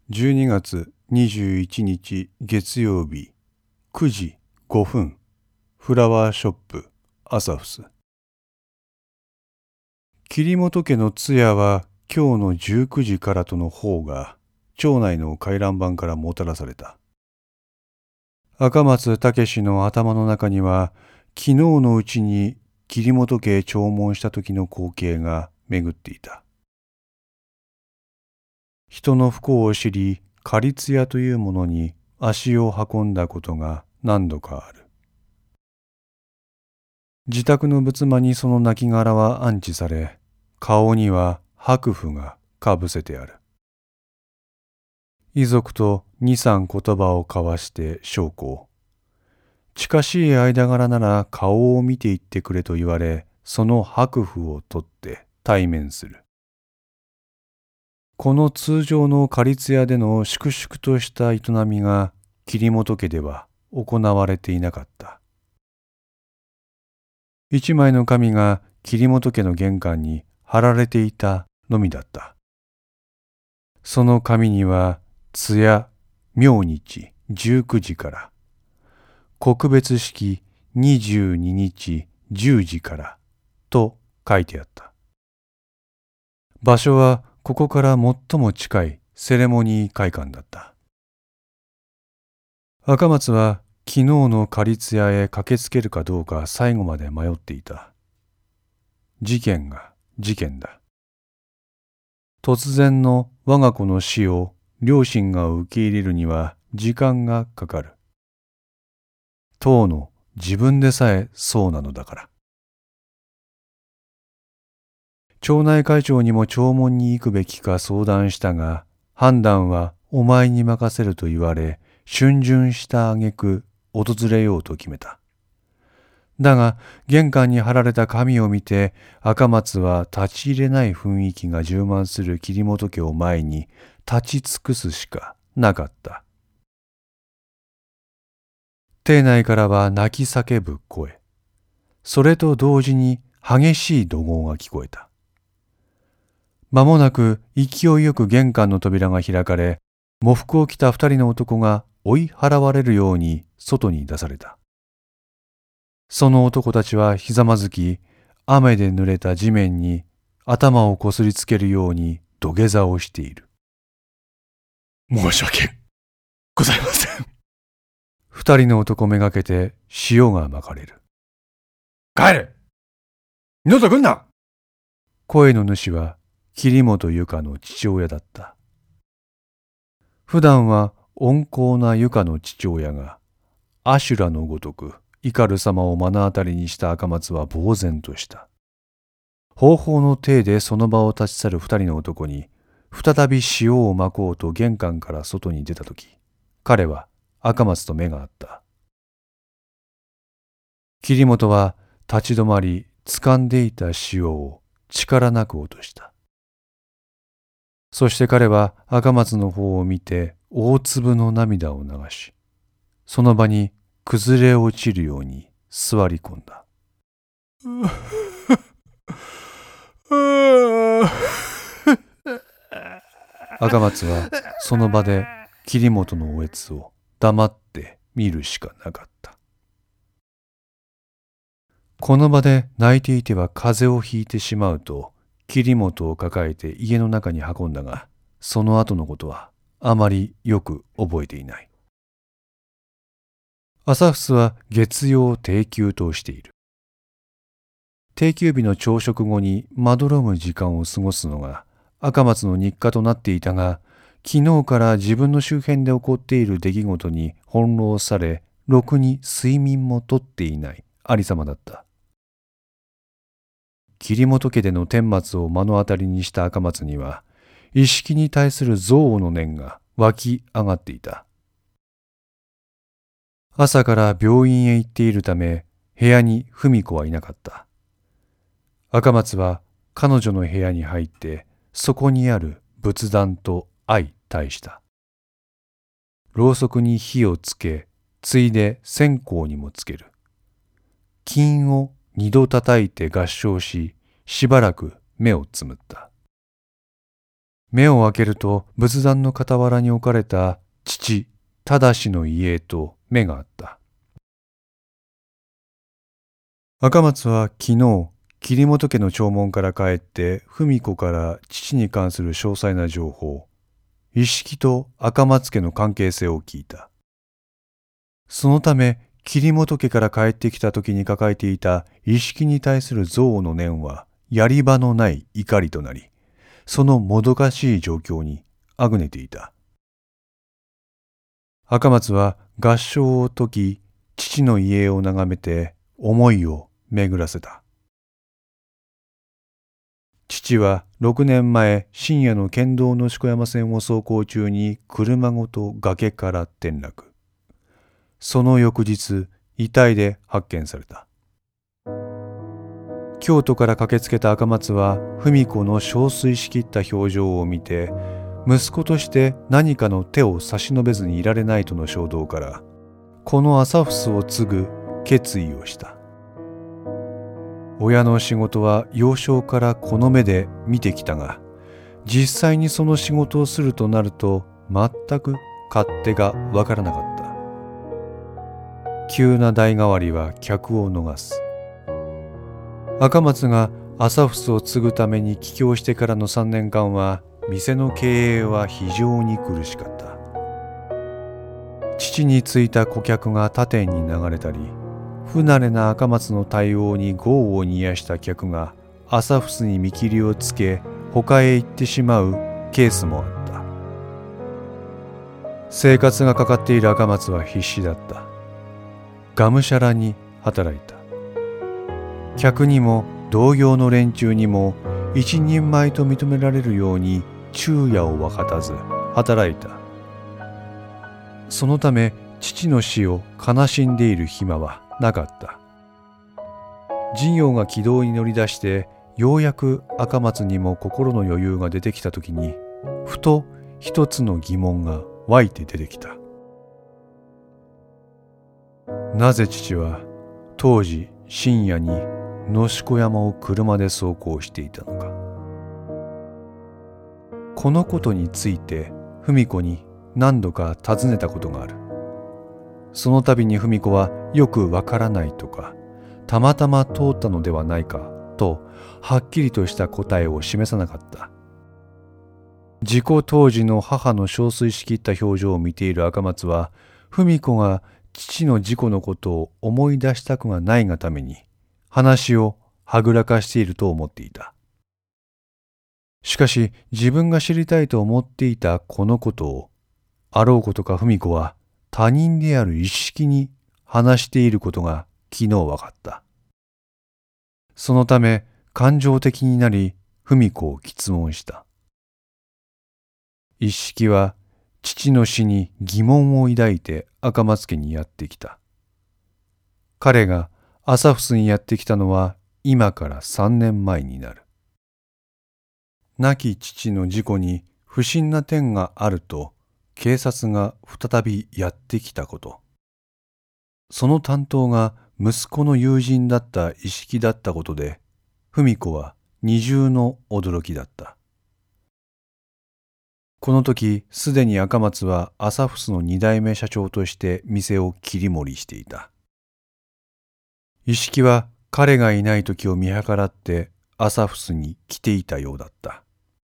12月21日月曜日9時5分フラワーショップアサフス。桐本家の通夜は今日の19時からとの方が町内の回覧板からもたらされた。赤松武の頭の中には昨日のうちに桐本家へ弔問した時の光景が巡っていた。人の不幸を知り、仮通夜というものに足を運んだことが何度かある。自宅の仏間にその亡骸は安置され、顔には白符がかぶせてある。遺族と二三言葉を交わして焼香。近しい間柄なら顔を見ていってくれと言われ、その白符を取って対面する。この通常の仮通夜での粛々とした営みが桐本家では行われていなかった。一枚の紙が桐本家の玄関に貼られていたのみだった。その紙には通夜明日19時から告別式22日10時からと書いてあった。場所はここから最も近いセレモニー会館だった。赤松は昨日の仮通夜へ駆けつけるかどうか最後まで迷っていた。事件が事件だ。突然の我が子の死を両親が受け入れるには時間がかかる。当の自分でさえそうなのだから。町内会長にも弔問に行くべきか相談したが、判断はお前に任せると言われ、逡巡した挙句訪れようと決めた。だが玄関に貼られた紙を見て、赤松は立ち入れない雰囲気が充満する桐本家を前に立ち尽くすしかなかった。邸内からは泣き叫ぶ声、それと同時に激しい怒号が聞こえた。間もなく勢いよく玄関の扉が開かれ、喪服を着た二人の男が追い払われるように外に出された。その男たちはひざまずき、雨で濡れた地面に頭をこすりつけるように土下座をしている。 申し訳ございません。 二人の男めがけて塩がまかれる。 帰れ！二度と来んな！ 声の主は桐本由香の父親だった。普段は温厚な由香の父親が阿修羅のごとく怒る様を目の当たりにした赤松は呆然とした。方法の体でその場を立ち去る二人の男に再び塩をまこうと玄関から外に出たとき、彼は赤松と目が合った。桐本は立ち止まり、掴んでいた塩を力なく落とした。そして彼は赤松の方を見て大粒の涙を流し、その場に崩れ落ちるように座り込んだ。赤松はその場で桐本のおえつを黙って見るしかなかった。この場で泣いていては風邪をひいてしまうと桐本を抱えて家の中に運んだが、その後のことはあまりよく覚えていない。アサフスは月曜定休としている。定休日の朝食後にまどろむ時間を過ごすのが赤松の日課となっていたが、昨日から自分の周辺で起こっている出来事に翻弄され、ろくに睡眠もとっていないありさまだった。桐本家での顛末を目の当たりにした赤松には、一色に対する憎悪の念が湧き上がっていた。朝から病院へ行っているため、部屋に文子はいなかった。赤松は彼女の部屋に入って、そこにある仏壇と相対した。ろうそくに火をつけ、ついで線香にもつける。金を二度叩いて合掌し、しばらく目をつむった。 目を開けると仏壇の傍らに置かれた父忠の遺影と目があった。赤松は昨日桐本家の弔問から帰って文子から父に関する詳細な情報、一色と赤松家の関係性を聞いた。そのため桐本家から帰ってきた時に抱えていた一色に対する憎悪の念はやり場のない怒りとなり、そのもどかしい状況にあぐねていた。赤松は合掌を解き、父の遺影を眺めて思いを巡らせた。父は6年前、深夜の県道の鹿山線を走行中に車ごと崖から転落。その翌日、遺体で発見された。京都から駆けつけた赤松は、文子の憔悴しきった表情を見て、息子として何かの手を差し伸べずにいられないとの衝動から、この朝フを継ぐ決意をした。親の仕事は幼少からこの目で見てきたが、実際にその仕事をするとなると全く勝手がわからなかった。急な代替わりは客を逃す。赤松が朝フを継ぐために帰郷してからの3年間は、店の経営は非常に苦しかった。父についた顧客が他店に流れたり、不慣れな赤松の対応に業を煮やした客が朝フに見切りをつけ他へ行ってしまうケースもあった。生活がかかっている赤松は必死だった。がむしゃらに働いた。客にも同業の連中にも一人前と認められるように昼夜を分かたず働いた。そのため父の死を悲しんでいる暇はなかった。事業が軌道に乗り出してようやく赤松にも心の余裕が出てきた時に、ふと一つの疑問が湧いて出てきた。なぜ父は当時深夜に野宿山を車で走行していたのか。このことについて文子に何度か尋ねたことがある。その度に文子はよくわからないとか、たまたま通ったのではないかとはっきりとした答えを示さなかった。事故当時の母の憔悴しきった表情を見ている赤松は、文子が父の事故のことを思い出したくがないがために話をはぐらかしていると思っていた。しかし自分が知りたいと思っていたこのことを、あろうことか文子は他人である一色に話していることが昨日分かった。そのため感情的になり文子を詰問した。一色は父の死に疑問を抱いて赤松家にやってきた。彼が朝フにやってきたのは今から3年前になる。亡き父の事故に不審な点があると警察が再びやってきたこと。その担当が息子の友人だった一色だったことで、文子は二重の驚きだった。この時すでに赤松は朝フの2代目社長として店を切り盛りしていた。一色は彼がいない時を見計らって朝フに来ていたようだった。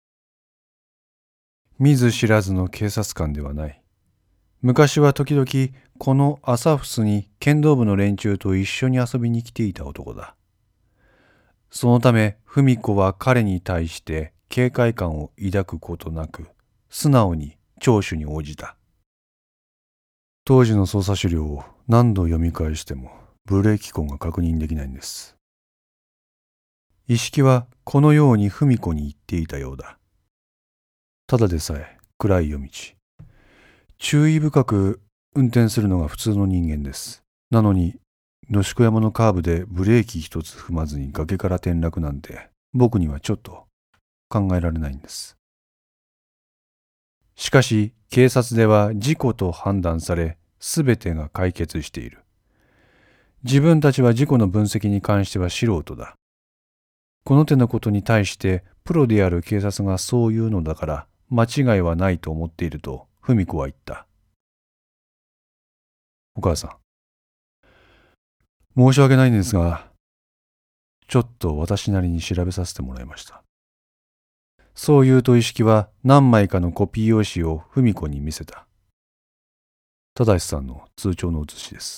見ず知らずの警察官ではない。昔は時々この朝フに剣道部の連中と一緒に遊びに来ていた男だ。そのため文子は彼に対して警戒感を抱くことなく、素直に聴取に応じた。当時の捜査資料を何度読み返してもブレーキ痕が確認できないんです。一色はこのように文子に言っていたようだ。ただでさえ暗い夜道。注意深く運転するのが普通の人間です。なのに野宿山のカーブでブレーキ一つ踏まずに崖から転落なんて僕にはちょっと考えられないんです。しかし警察では事故と判断され、すべてが解決している。自分たちは事故の分析に関しては素人だ。この手のことに対してプロである警察がそう言うのだから間違いはないと思っていると文子は言った。お母さん、申し訳ないんですが、ちょっと私なりに調べさせてもらいました。そう言うと一色は何枚かのコピー用紙を文子に見せた。正さんの通帳の写しです。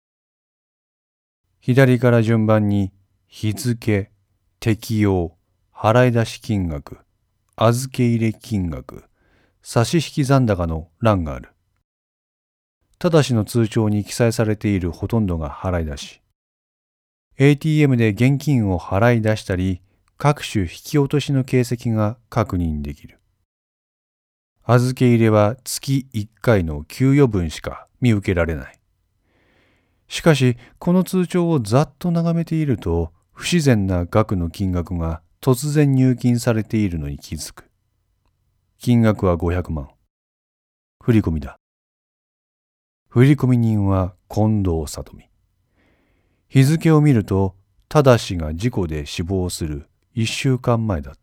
左から順番に日付、適用、払い出し金額、預け入れ金額、差引残高の欄がある。正の通帳に記載されているほとんどが払い出し。ATM で現金を払い出したり、各種引き落としの形跡が確認できる。預け入れは月1回の給与分しか見受けられない。しかし、この通帳をざっと眺めていると、不自然な額の金額が突然入金されているのに気づく。金額は500万。振り込みだ。振込人は近藤里美。日付を見ると、正が事故で死亡する1週間前だった。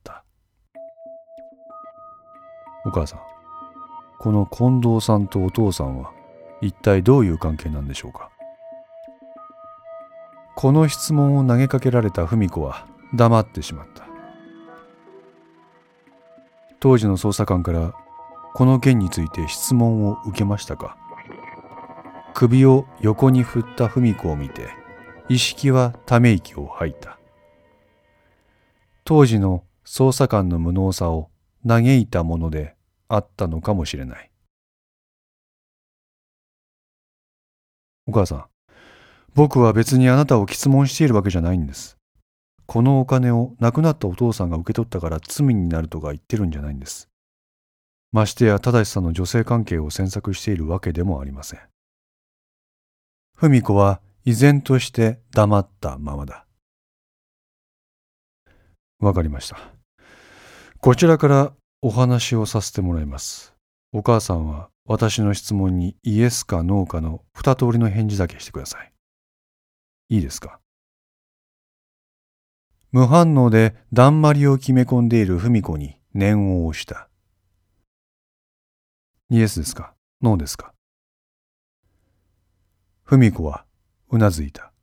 お母さん、この近藤さんとお父さんは一体どういう関係なんでしょうか。この質問を投げかけられた文子は黙ってしまった。当時の捜査官からこの件について質問を受けましたか。首を横に振った文子を見て、一色はため息を吐いた。当時の捜査官の無能さを嘆いたものであったのかもしれない。お母さん、僕は別にあなたを詰問しているわけじゃないんです。このお金を亡くなったお父さんが受け取ったから罪になるとか言ってるんじゃないんです。ましてや正さんの女性関係を詮索しているわけでもありません。文子は依然として黙ったままだ。わかりました。こちらからお話をさせてもらいます。お母さんは私の質問にイエスかノーかの2通りの返事だけしてください。いいですか。無反応でだんまりを決め込んでいる文子に念を押した。イエスですか、ノーですか。文子はうなずいた。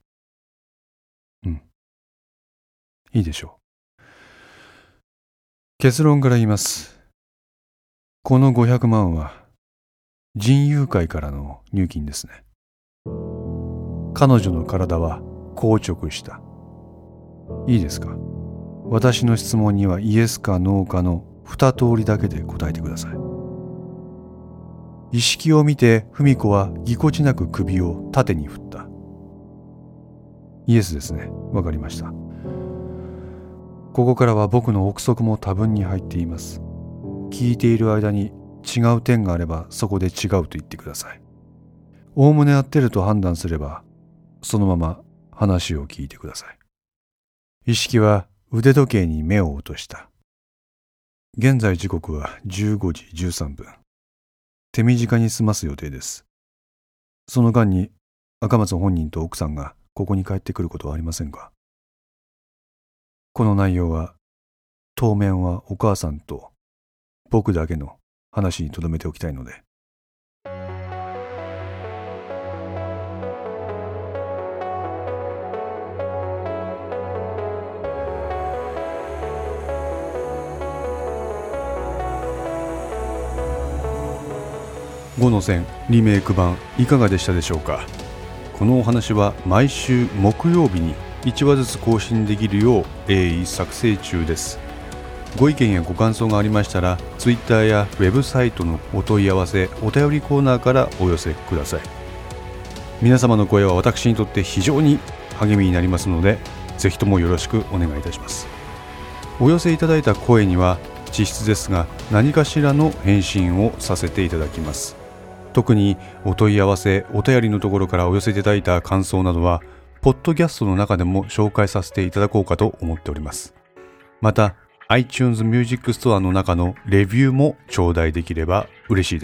いいでしょう。結論から言います。この500万は人友会からの入金ですね。彼女の体は硬直した。いいですか。私の質問にはイエスかノーかの2通りだけで答えてください。意識を見て文子はぎこちなく首を縦に振った。イエスですね。わかりました。ここからは僕の憶測も多分に入っています。聞いている間に違う点があればそこで違うと言ってください。おおむね合ってると判断すればそのまま話を聞いてください。意識は腕時計に目を落とした。現在時刻は15時13分。手短に済ます予定です。その間に赤松本人と奥さんがここに帰ってくることはありませんか。この内容は当面はお母さんと僕だけの話に留めておきたいので。5の線リメイク版いかがでしたでしょうか。このお話は毎週木曜日に1話ずつ更新できるよう鋭意作成中です。ご意見やご感想がありましたら Twitter やウェブサイトのお問い合わせお便りコーナーからお寄せください。皆様の声は私にとって非常に励みになりますのでぜひともよろしくお願いいたします。お寄せいただいた声には実質ですが何かしらの返信をさせていただきます。特にお問い合わせお便りのところからお寄せいただいた感想などはポッドキャストの中でも紹介させていただこうかと思っております。また iTunes Music Store の中のレビューも頂戴できれば嬉しいです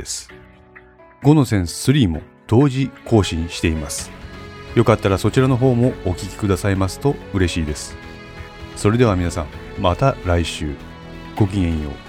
。5の線3も同時更新しています。よかったらそちらの方もお聞きくださいますと嬉しいです。それでは皆さんまた来週ごきげんよう。